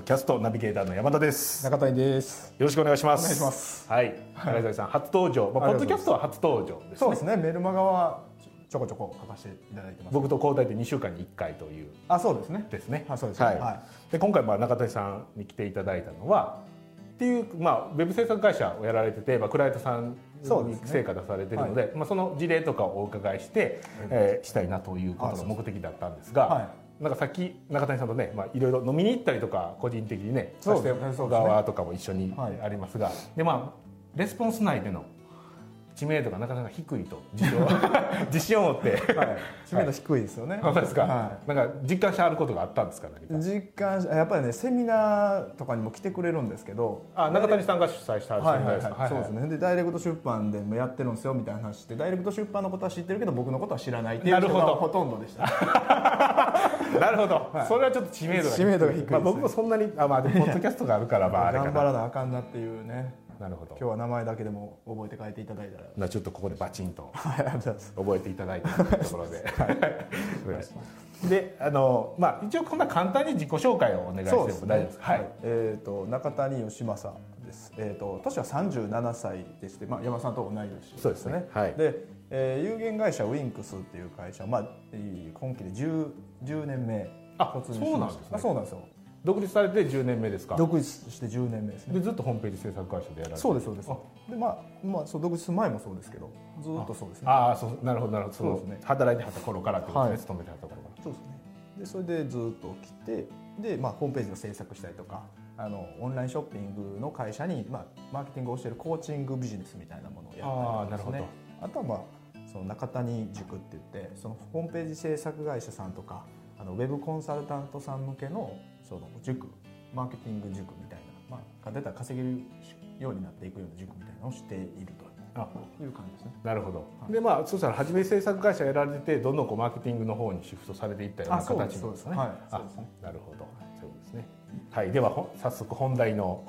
キャストナビゲーターの山田です。 中谷です。 よろしくお願いします。 お願いします。 はい。中谷さん初登場。ポッドキャストは初登場ですね。 そうですね。メルマガはちょこちょこ書かせていただいてます。 僕と交代で2週間に1回という。 そうですね。 ですね。 そうですね。 はい。で今回中谷さんに来ていただいたのはっていうウェブ制作会社をやられてて、クライアントさんに成果出されているので、その事例とかをお伺いして、したいなということが目的だったんですが。なんかさっき中谷さんとね、いろいろ飲みに行ったりとか個人的にねさせて側とかも一緒にありますが、でレスポンス内での知名度がなかなか低いと自信を持って知名度低いですよね。 本当ですか。なんか実感してあることがあったんですか。 実感やっぱりね、セミナーとかにも来てくれるんですけど、 中谷さんが主催したセミナーですか。 そうですね。でダイレクト出版でもやってるんですよみたいな話して、ダイレクト出版のことは知ってるけど僕のことは知らないっていう人がほとんどでした。 なるほど。それはちょっと知名度が低い。 僕もそんなにでもポッドキャストがあるからあれかな。 頑張らなあかんなっていうね。 なるほど。 今日は名前だけでも覚えて帰っていただいたら。 ちょっとここでバチンと覚えていただいたところで。で、一応こんな簡単に自己紹介をお願いしても大丈夫ですか。 中谷義正です。年は37歳でして、山さんと同い年ですね。で、有限会社ウィンクスっていう会社、今期で10年目突入しました。そうなんですよ。 独立されて10年目ですか。 独立して10年目ですね。 でずっとホームページ制作会社でやられて。 そうですそうです。でそう独立する前もそうですけど、ずっとそうですね。 そうなるほどなるほど。そうですね。働いてはった頃からってことですね。勤めてはった頃から。 そうですね。でそれでずっと来て、でホームページを制作したりとか、オンラインショッピングの会社にマーケティングをしているコーチングビジネスみたいなものをやったりですね。あとはその中谷塾って言って、そのホームページ制作会社さんとかウェブコンサルタントさん向けのその塾、マーケティング塾みたいな、勝てたら稼げるようになっていくような塾みたいなのをしているという感じですね。 なるほど。でそしたら初め制作会社やられてどんどんマーケティングの方にシフトされていったような形なんですね。なるほど。そうですね。はい、では早速本題の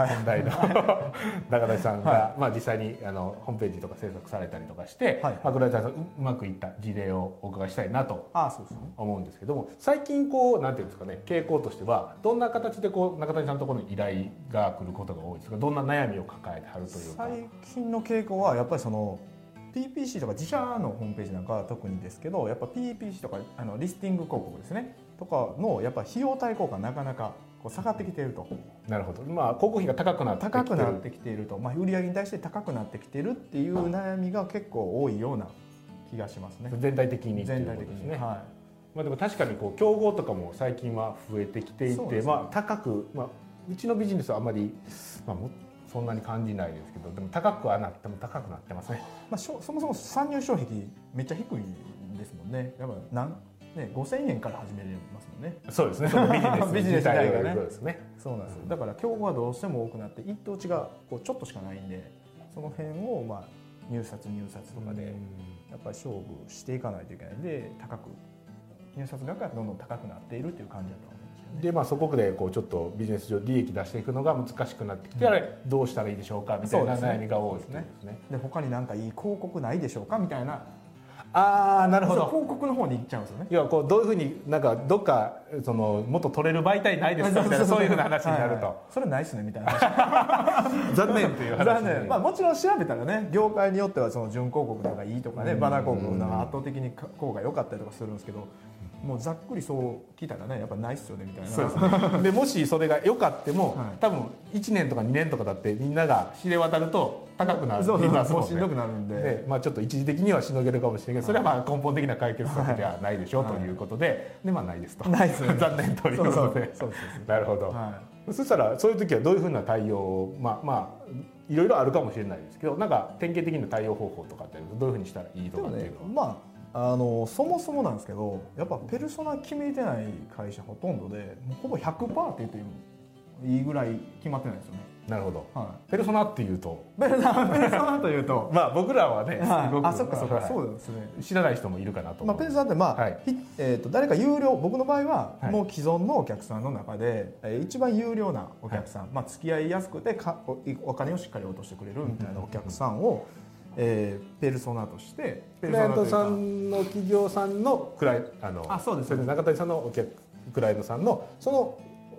中谷さんが実際にホームページとか制作されたりとかして、クライアントさんうまくいった事例をお伺いしたいなと思うんですけども、最近なんていうんですかね、傾向としてはどんな形で中谷さんのところに依頼が来ることが多いですか。どんな悩みを抱えてはるというか。 最近の傾向はやっぱりその PPC とか自社のホームページなんかは特にですけど、やっぱ PPC とかリスティング広告ですねとかのやっぱ費用対効果なかなか下がってきていると。 なるほど。広告費が高くなってきていると、売上に対して高くなってきているっていう悩みが結構多いような気がしますね。 全体的にですね。でも確かに競合とかも最近は増えてきていて、高くうちのビジネスはあんまりそんなに感じないですけど、でも高くはなっても高くなってますね。 そもそも参入障壁めっちゃ低いですもんね。やっぱ5000円から始めれますもんね。 そうですね。そのビジネス自体がね。 そうなんですよ。だから競合はどうしても多くなって一等地がちょっとしかないんで、その辺を入札とかでやっぱり勝負していかないといけないんで、入札額がどんどん高くなっているという感じだと思うんですよね。 でそこでちょっとビジネス上利益出していくのが難しくなってきて、どうしたらいいでしょうかみたいな悩みが多いですね。 で他に何かいい広告ないでしょうかみたいな。 なるほど。 広告の方に行っちゃうんですよね。 いやどういうふうにどっかもっと取れる媒体ないですかみたいな、そういうふうな話になると、 それないっすねみたいな話。 残念という話。 もちろん調べたらね、業界によってはその準広告の方がいいとかね、バナー広告の方が圧倒的に効果良かったりとかするんですけど、もうざっくりそう聞いたらね、やっぱないっすよねみたいな。 そうですね。でもしそれが良かっても、多分1年とか2年とかだってみんなが知れ渡ると高くなる。 そうしんどくなるんで、 ちょっと一時的にはしのげるかもしれないけど、それは根本的な解決策ではないでしょうということで、ないですと。 ないですね。 残念ということで。なるほど。そしたらそういう時はどういうふうな対応をいろいろあるかもしれないですけど、なんか典型的な対応方法とかってどういうふうにしたらいいとかっていうのは。 そもそもなんですけど、やっぱペルソナ決めてない会社ほとんどで、ほぼ 100% って言っていいぐらい決まってないですよね。 なるほど。ペルソナっていうと、 ペルソナというと僕らはね、 そっかそうですね。 知らない人もいるかなと。 ペルソナって誰か有料、僕の場合はもう既存のお客さんの中で一番有料なお客さん、付き合いやすくてお金をしっかり落としてくれるみたいなお客さんをペルソナとしてクライアントさんの企業さんのそうです中谷さんのクライアントさんのその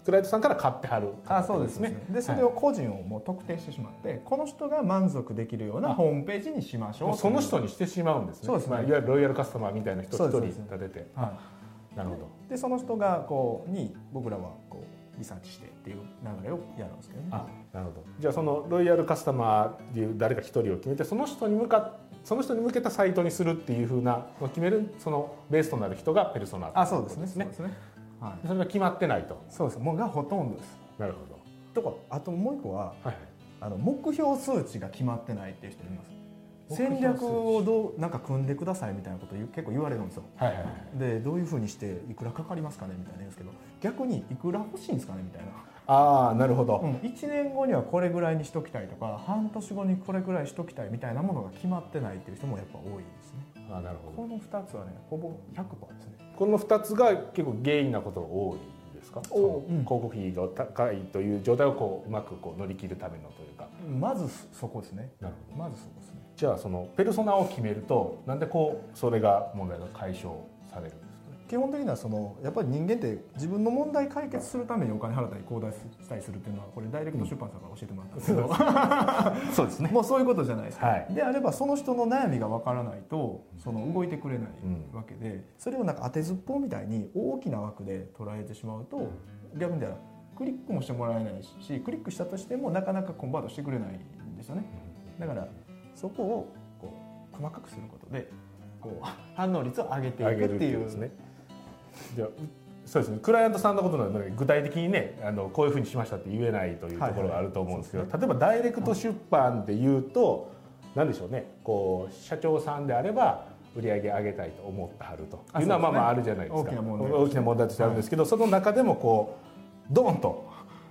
クライアントさんから買ってはる、 そうですね。でそれを個人をもう特定してしまって、この人が満足できるようなホームページにしましょう。 その人にしてしまうんですね。 そうですね。 いわゆるロイヤルカスタマーみたいな人一人立てて、なるほど。 でその人がに僕らはリサーチしてっていう流れをやるんですけどね。 なるほど。じゃあそのロイヤルカスタマーっていう誰か一人を決めて、その人に向けたサイトにするっていう風な決める、そのベースとなる人がペルソナ。 そうですね。そうですね。 それが決まってないと。 そうです。もうがほとんどです。 なるほど。 とかあともう一個は、目標数値が決まってないっていう人います。戦略をなんか組んでくださいみたいなことを結構言われるんですよ。でどういうふうにしていくらかかりますかねみたいな言うんですけど、逆にいくら欲しいんですかねみたいな。 なるほど。 1年後にはこれぐらいにしときたいとか、半年後にこれぐらいしときたいみたいなものが決まってないっていう人もやっぱ多いですね。 なるほど。 この2つはねほぼ 100% ですね。 この2つが結構原因なことが多いですか？広告費が高いという状態をうまく乗り切るためのというか。 まずそこですね。 なるほど。 まずそこですね。 じゃあそのペルソナを決めると、なんでそれが問題が解消されるんですか？ 基本的にはやっぱり人間って自分の問題解決するためにお金払ったり交代したりするっていうのは、これダイレクト出版さんから教えてもらったんですけど、そうですね。もうそういうことじゃないですか。であればその人の悩みが分からないと動いてくれないわけで、それをなんか当てずっぽうみたいに大きな枠で捉えてしまうと、逆に言ったらクリックもしてもらえないし、クリックしたとしてもなかなかコンバートしてくれないんですよね。だからそこを細かくすることで反応率を上げていくっていうですね。 じゃあそうですね、クライアントさんのことなので具体的にねこういうふうにしましたって言えないというところがあると思うんですけど、例えばダイレクト出版で言うと何でしょうね、社長さんであれば売り上げ上げたいと思ってはるというのはあるじゃないですか。大きな問題としてあるんですけど、その中でもドーンと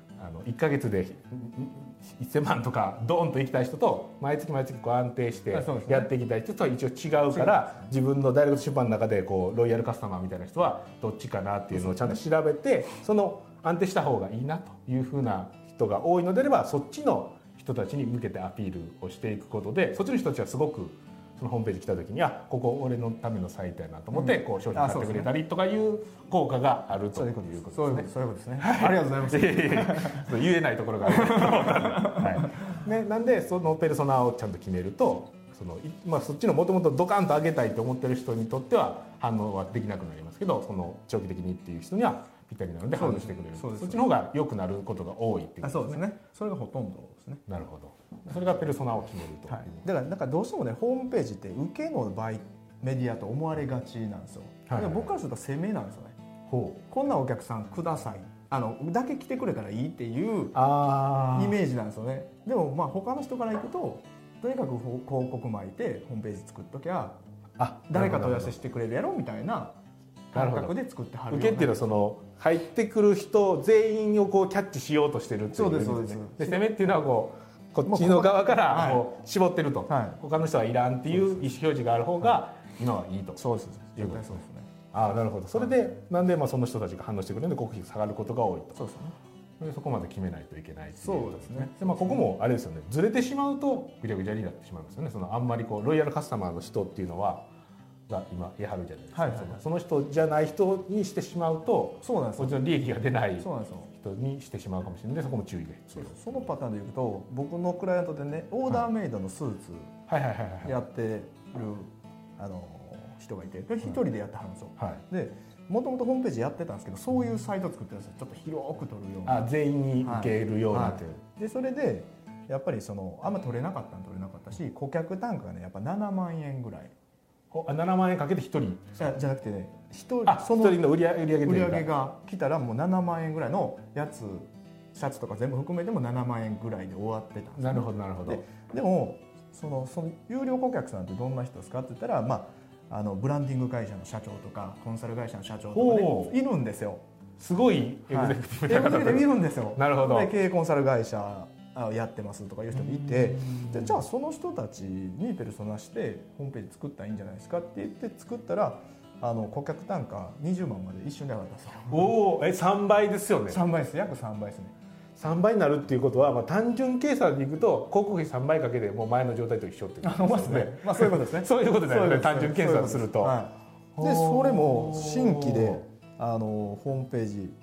1ヶ月で1000万とかドーンといきたい人と、毎月毎月安定してやっていきたい人とは一応違うから、自分のダイレクト出版の中でロイヤルカスタマーみたいな人はどっちかなっていうのをちゃんと調べて、その安定した方がいいなというふうな人が多いのであれば、そっちの人たちに向けてアピールをしていくことで、そっちの人たちはすごくそのホームページ来た時にここ俺のためのサイトやなと思って商品買ってくれたりとかいう効果があるということですね。 そういうことですね。ありがとうございます。 言えないところがあると思ったんで、なんでそのペルソナをちゃんと決めると、そっちのもともとドカンと上げたいと思ってる人にとっては反応はできなくなりますけど、長期的にっていう人にはぴったりなので反応してくれる。そっちの方が良くなることが多いっていうことですね。 そうですね。それがほとんどですね。 なるほど。それがペルソナを決めると。 だからなんかどうしてもね、ホームページって受けのメディアと思われがちなんですよ。僕からすると攻めなんですよね。こんなお客さんください、だけ来てくれたらいいっていうイメージなんですよね。でも他の人から行くと、とにかく広告巻いてホームページ作っときゃ誰か問い合わせしてくれるやろみたいな感覚で作ってはるような。 受けっていうのは入ってくる人全員をキャッチしようとしてるっていう。 そうですそうです。 で攻めっていうのはこっちの側から絞ってると、他の人はいらんっていう意思表示がある方が今はいいと。 そうです。絶対そうですね。 なるほど。それでなんでその人たちが反応してくれるので広告費が下がることが多いと。 そうですね。 そこまで決めないといけない。 そうですね。 でここもあれですよね、ずれてしまうとぐちゃぐちゃになってしまいますよね。あんまりロイヤルカスタマーの人っていうのはが今やはるじゃないですか。その人じゃない人にしてしまうと、 そうなんですよ。 こっちの利益が出ない人にしてしまうかもしれないので、そこも注意が必要。 そのパターンでいうと、僕のクライアントでね、オーダーメイドのスーツやってる人がいて、一人でやってはるんですよ。でもともとホームページやってたんですけど、そういうサイト作ってるんですよ。ちょっと広く取るような、 全員に受けるようなっていう。 でそれでやっぱりあんま取れなかったし、顧客単価がねやっぱ7万円ぐらい。 7万円かけて1人じゃなくてね、1 人の売り上げが来たらもう7万円ぐらいのやつ、シャツとか全部含めても7万円ぐらいで終わってたんです。 なるほどなるほど。 でもその有料顧客さんってどんな人ですかって言ったら、ブランディング会社の社長とかコンサル会社の社長とかね、いるんですよ。 すごいエグゼクティブな方いるんですよ。 なるほど。 経営コンサル会社やってますとかいう人もいて、じゃあその人たちにペルソナしてホームページ作ったらいいんじゃないですかって言って作ったら、顧客単価20万まで一瞬で上がったんですよ。 3倍ですよね。 3倍です。約3倍ですね。 3倍になるっていうことは、単純計算でいくと広告費3倍かけてもう前の状態と一緒っていうことですね。 そういうことですね。 そういうことだよね。単純計算すると。 でそれも新規でホームページ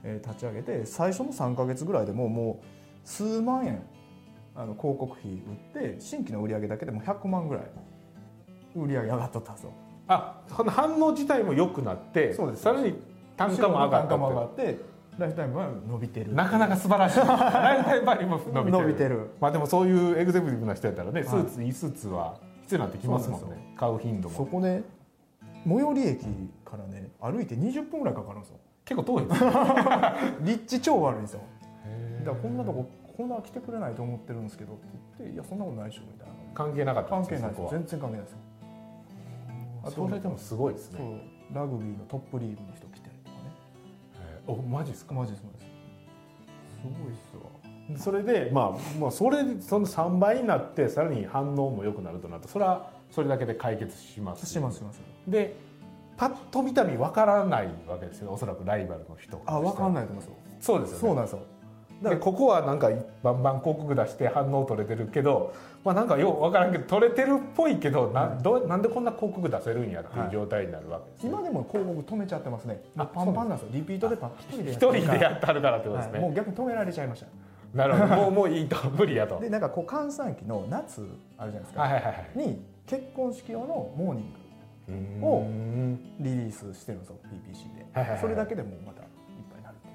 立ち上げて最初の3ヶ月ぐらいでもう数万円広告費売って新規の売り上げだけでも100万ぐらい売り上げ上がっとったんですよ。 その反応自体も良くなって、さらに単価も上がってライフタイムは伸びてる。 なかなか素晴らしい。ライフタイムバリューも伸びてる。 まあでもそういうエグゼクティブな人やったらね、いいスーツは必要になってきますもんね。買う頻度も。 そこで最寄り駅からね歩いて20分ぐらいかかるんですよ。 結構遠いです立地超悪いんですよ。だからこんなとここんな来てくれないと思ってるんですけどって言って、いやそんなことないでしょみたいな。 関係なかったんです。関係ないです。全然関係ないですよ。 あとそれでもすごいですね。 ラグビーのトップリーグの人来てるとかね。 お、マジですか。 マジです。すごいっすわ。 それでまあその3倍になってさらに反応も良くなるとなると、それはそれだけで解決します。 します。 でパッと見た目わからないわけですよね、おそらくライバルの人が。 わからないと思いますよ。 そうですよね。 そうなんですよ。 でここはなんかバンバン広告出して反応取れてるけど、まあなんかよう分からんけど取れてるっぽいけど、なんでこんな広告出せるんやっていう状態になるわけです、ね。 今でも広告止めちゃってますね。パンパンなんですよ。リピートで一人でやってはるからってことですね。 もう逆に止められちゃいました。 なるほど。もういいと、無理やと。 でなんかこう閑散期の夏あるじゃないですか。に結婚式用のモーニングをリリースしてるんですよ PPC で。それだけでもまたいっぱいになるっていう。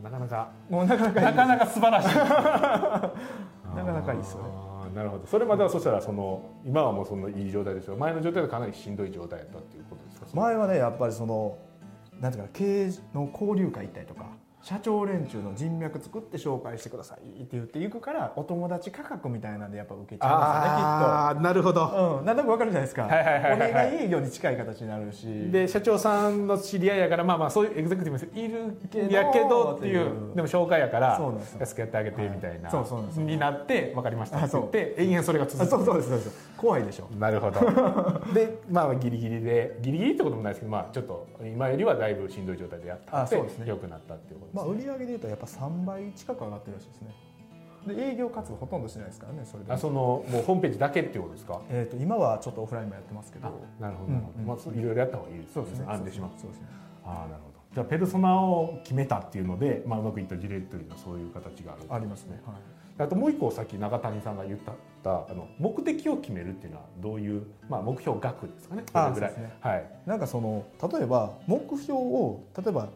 なかなかなかなか素晴らしい。 なかなかいいですよね。 なるほど。それまではそしたら今はもうそのいい状態ですよ。前の状態でかなりしんどい状態だったっていうことですか。 前はねやっぱりなんていうか経営の交流会行ったりとか。社長連中の人脈作って紹介してくださいって言っていくから、お友達価格みたいなんでやっぱ受けちゃいますね、きっと。 ああ、なるほど。 なんとなくわかるじゃないですか。お願い営業に近い形になるし、 で社長さんの知り合いやから、まあそういうエグゼクティブもいるんやけどっていう、でも紹介やから安くやってあげてみたいなになって、分かりましたって言って延々それが続く。 そうです。怖いでしょ。 なるほど。でまあギリギリってこともないですけど、まあちょっと今よりはだいぶしんどい状態でやったって良くなったっていうことです。 まあ、売り上げでいうとやっぱ3倍近く上がってるらしいですね。で営業活動ほとんどしないですからね。それでもうホームページだけっていうことですか。 今はちょっとオフラインもやってますけど。 なるほど、まあいろいろやった方がいいですね。 そうですね。 安定します。 そうですね。 なるほど。じゃあペルソナを決めたっていうので、まあうまくいった事例というのはそういう形がありますね。 あともう一個さっき中谷さんが言った目的を決めるっていうのはどういう、まあ、目標額ですかね。これぐらい。はい。 なんか例えば目標を例えば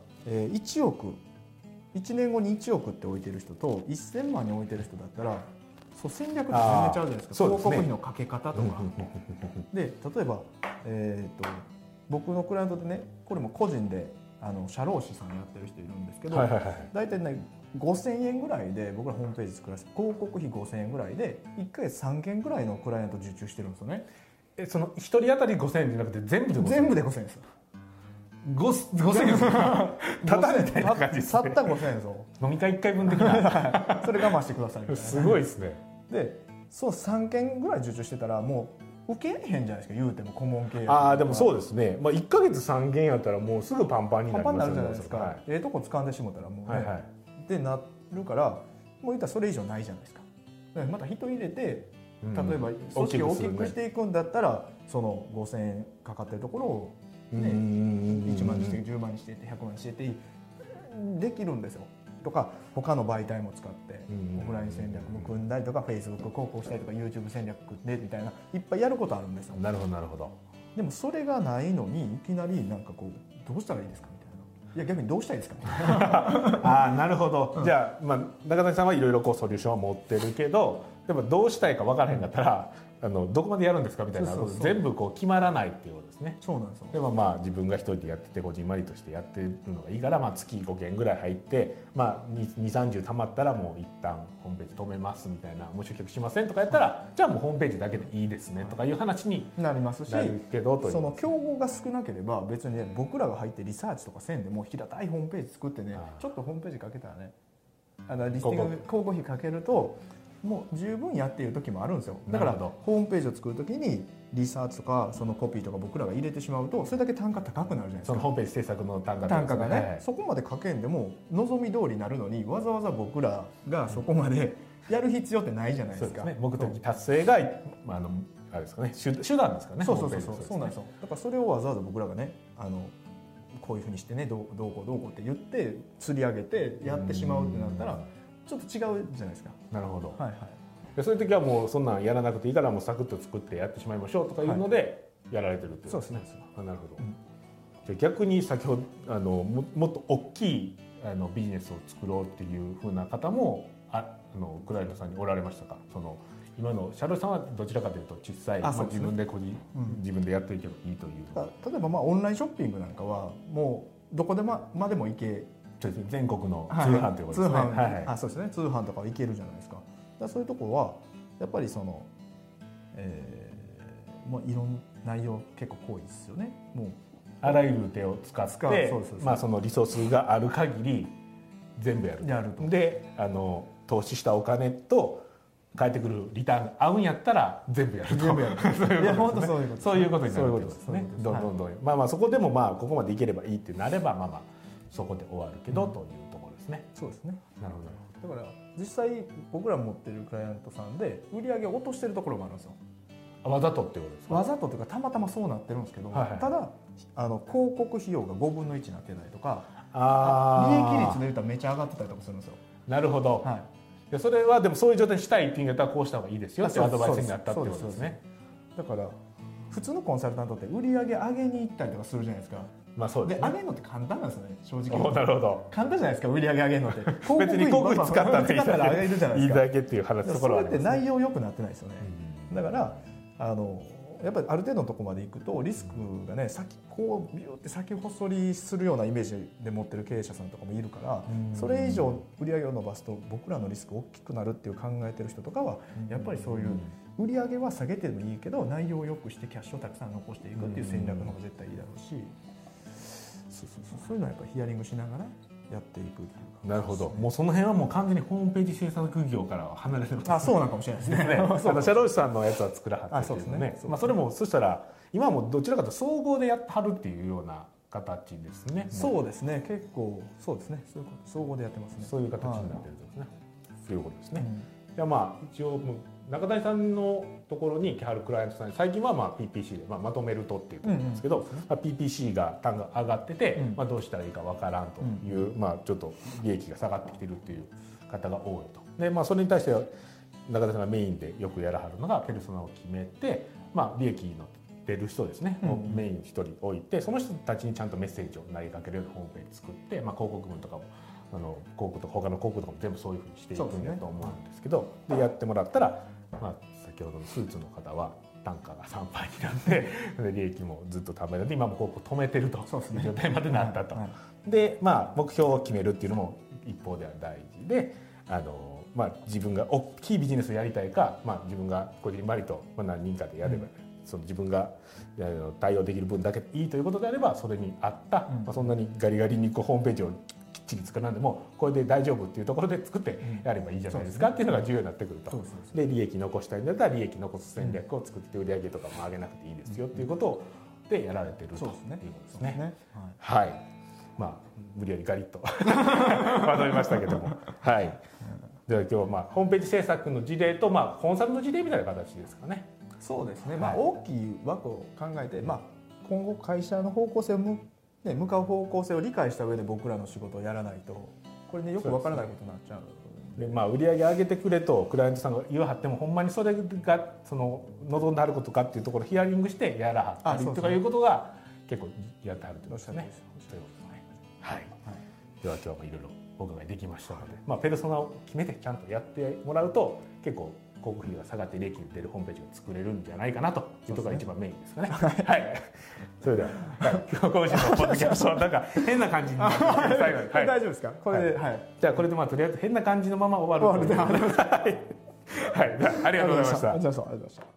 1億1年後に1億って置いてる人と1000万に置いてる人だったら、戦略って全然違うじゃないですか。広告費のかけ方とかで、例えば、僕のクライアントでね、これも個人で社労士さんやってる人いるんですけど、大体ね5000円ぐらいで僕らホームページ作らせて、広告費5000円ぐらいで1ヶ月3件ぐらいのクライアント受注してるんですよね。 その1人当たり5000円じゃなくて全部で5000円。 全部で5000円です。 5000円ですか。ただみたいな感じですね。 たった5000円ですよ。 飲み会1回分的な。 それ我慢してくださいみたいな。 すごいですね。 で3件ぐらい受注してたらもう受けへんじゃないですか、言うても顧問契約。 でもそうですね。まあ1ヶ月3件やったらもうすぐパンパンになりますよね。 パンパンになるじゃないですか。とこ掴んでしもたらもうね、ってなるから、もう言ったらそれ以上ないじゃないですか。また人入れて、例えば組織を大きくしていくんだったら、その5000円かかってるところをね、1万にして10万にして100万にしてってできるんですよ。とか他の媒体も使ってオフライン戦略も組んだりとか、Facebook 広告したりとか YouTube 戦略でみたいないっぱいやることあるんですよ。 なるほどなるほど。 でもそれがないのにいきなりなんかこうどうしたらいいですかみたいな。いや逆にどうしたらいいですかみたいな。 なるほど。じゃあ、中谷さんはいろいろソリューションを持ってるけど、でもどうしたいか分からへんかったら、どこまでやるんですかみたいなこと全部決まらないっていうことですね。 そうなんですよ。 でも自分が一人でやっててこじんまりとしてやってるのがいいから、月5件ぐらい入って、230たまったらもう一旦ホームページ止めますみたいな、もう集客しませんとかやったら、じゃあもうホームページだけでいいですねとかいう話になりますし、その競合が少なければ別に、ね、僕らが入ってリサーチとかせんでも平たいホームページ作ってね、ちょっとホームページかけたらね、リスティング広告費かけるともう十分やっている時もあるんですよ。だからホームページを作る時にリサーチとかそのコピーとか僕らが入れてしまうと、それだけ単価高くなるじゃないですか。 そのホームページ制作の単価がね、そこまでかけんでも望み通りになるのに、わざわざ僕らがそこまでやる必要ってないじゃないですか。 目的達成があれですかね、手段ですかね。 そうなんですよ。だからそれをわざわざ僕らがねこういうふうにしてねどうこうって言って釣り上げてやってしまうってなったらちょっと違うじゃないですか。 なるほど、 はいはい、 でそういう時はもうそんなんやらなくていいからもうサクッと作ってやってしまいましょうとかいうのでやられてるってことですね。 そうですね。 なるほど、じゃ逆に先ほどもっと大きいビジネスを作ろうっていう風な方もクライアントさんにおられましたか？今のシャロさんはどちらかというと小さい、自分で自分でやっていけばいいという。 例えばオンラインショッピングなんかはもうどこでまでも行け、 全国の通販ということですね。 そうですね。通販とか行けるじゃないですか。そういうところはやっぱりもういろんな内容結構濃いですよね。もうあらゆる手を使ってそのリソースがある限り全部やると。で投資したお金と返ってくるリターンが合うんやったら全部やると。そういうことになるんですね。どんどんそこでもここまでいければいいってなればそこで終わるけどというところですね。 そうですね。 なるほど。 だから実際僕ら持ってるクライアントさんで売り上げを落としてるところもあるんですよ。 わざとってことですか？ わざとというかたまたまそうなってるんですけど、ただ広告費用が5分の1になってたりとか、利益率で言ったらめっちゃ上がってたりとかするんですよ。 なるほど。それはでもそういう状態にしたいっていうんだったらこうした方がいいですよってアドバイスになったってことですね。 だから普通のコンサルタントって売り上げ上げに行ったりとかするじゃないですか。 そうですね。 上げるのって簡単なんですよね、正直。 なるほど。 簡単じゃないですか、売り上げ上げるのって。 別に広告使ったっていいだけっていう話ところはありますね。 それって内容良くなってないですよね。だからやっぱりある程度のところまで行くとリスクがねこうビューって先細りするようなイメージで持ってる経営者さんとかもいるから、それ以上売り上げを伸ばすと僕らのリスク大きくなるっていう考えてる人とかはやっぱりそういう売り上げは下げてもいいけど内容を良くしてキャッシュをたくさん残していくっていう戦略の方が絶対いいだろうし、そういうのはやっぱりヒアリングしながらやっていくっていうか。 なるほど。もうその辺はもう完全にホームページ制作業からは離れてる。 そうなのかもしれないですね。 シャロウシさんのやつは作らはってですね。それもそしたら今はもうどちらかというと総合でやってはるっていうような形ですね。 そうですね。結構そうですね。そういうこと総合でやってますね。 そういう形になってるんですね。そういうことですね。じゃあ一応中谷さんのところに来はるクライアントさんに最近はPPC でまとめるとっていうことなんですけど、PPC が単価上がっててどうしたらいいかわからんというちょっと利益が下がってきてるっていう方が多いと。でそれに対して中谷さんがメインでよくやらはるのがペルソナを決めて利益の出る人ですねをメインに1人置いて、その人たちにちゃんとメッセージを投げかけるようなホームページ作って、広告文とかも広告とか他の広告とかも全部そういうふうにしていくんだと思うんですけど、でやってもらったら、先ほどのスーツの方は単価が3倍になってで利益もずっとためられて今も広告止めてるという状態までなったと。で目標を決めるっていうのも一方では大事で、自分が大きいビジネスをやりたいか、自分がこじんまりと何人かでやれば、その自分が対応できる分だけいいということであればそれに合った、そんなにガリガリにホームページをきっちり作らんでもこれで大丈夫っていうところで作ってやればいいじゃないですかっていうのが重要になってくると。で利益残したいんだったら利益残す戦略を作って売り上げとかも上げなくていいですよっていうことでやられてるということですね。はい。無理やりガリッとまとめましたけども、はい。では今日はホームページ制作の事例とコンサルの事例みたいな形ですかね。 そうですね。大きい枠を考えて、今後会社の方向性を向かう方向性を理解した上で僕らの仕事をやらないとこれねよくわからないことになっちゃう。 で売り上げ上げてくれとクライアントさんが言わはってもほんまにそれが望んであることかっていうところをヒアリングしてやらはったりとかいうことが結構やってはるということですね。はい。では今日もいろいろお伺いできましたので、ペルソナを決めてちゃんとやってもらうと結構広告費が下がって利益が出るホームページが作れるんじゃないかなというところが一番メインですかね。はい。それでは、今週のポッドキャストなんか変な感じになって最後に、 大丈夫ですか？これで、 じゃあこれでとりあえず変な感じのまま終わるという。はい。ありがとうございました。 ありがとうございました。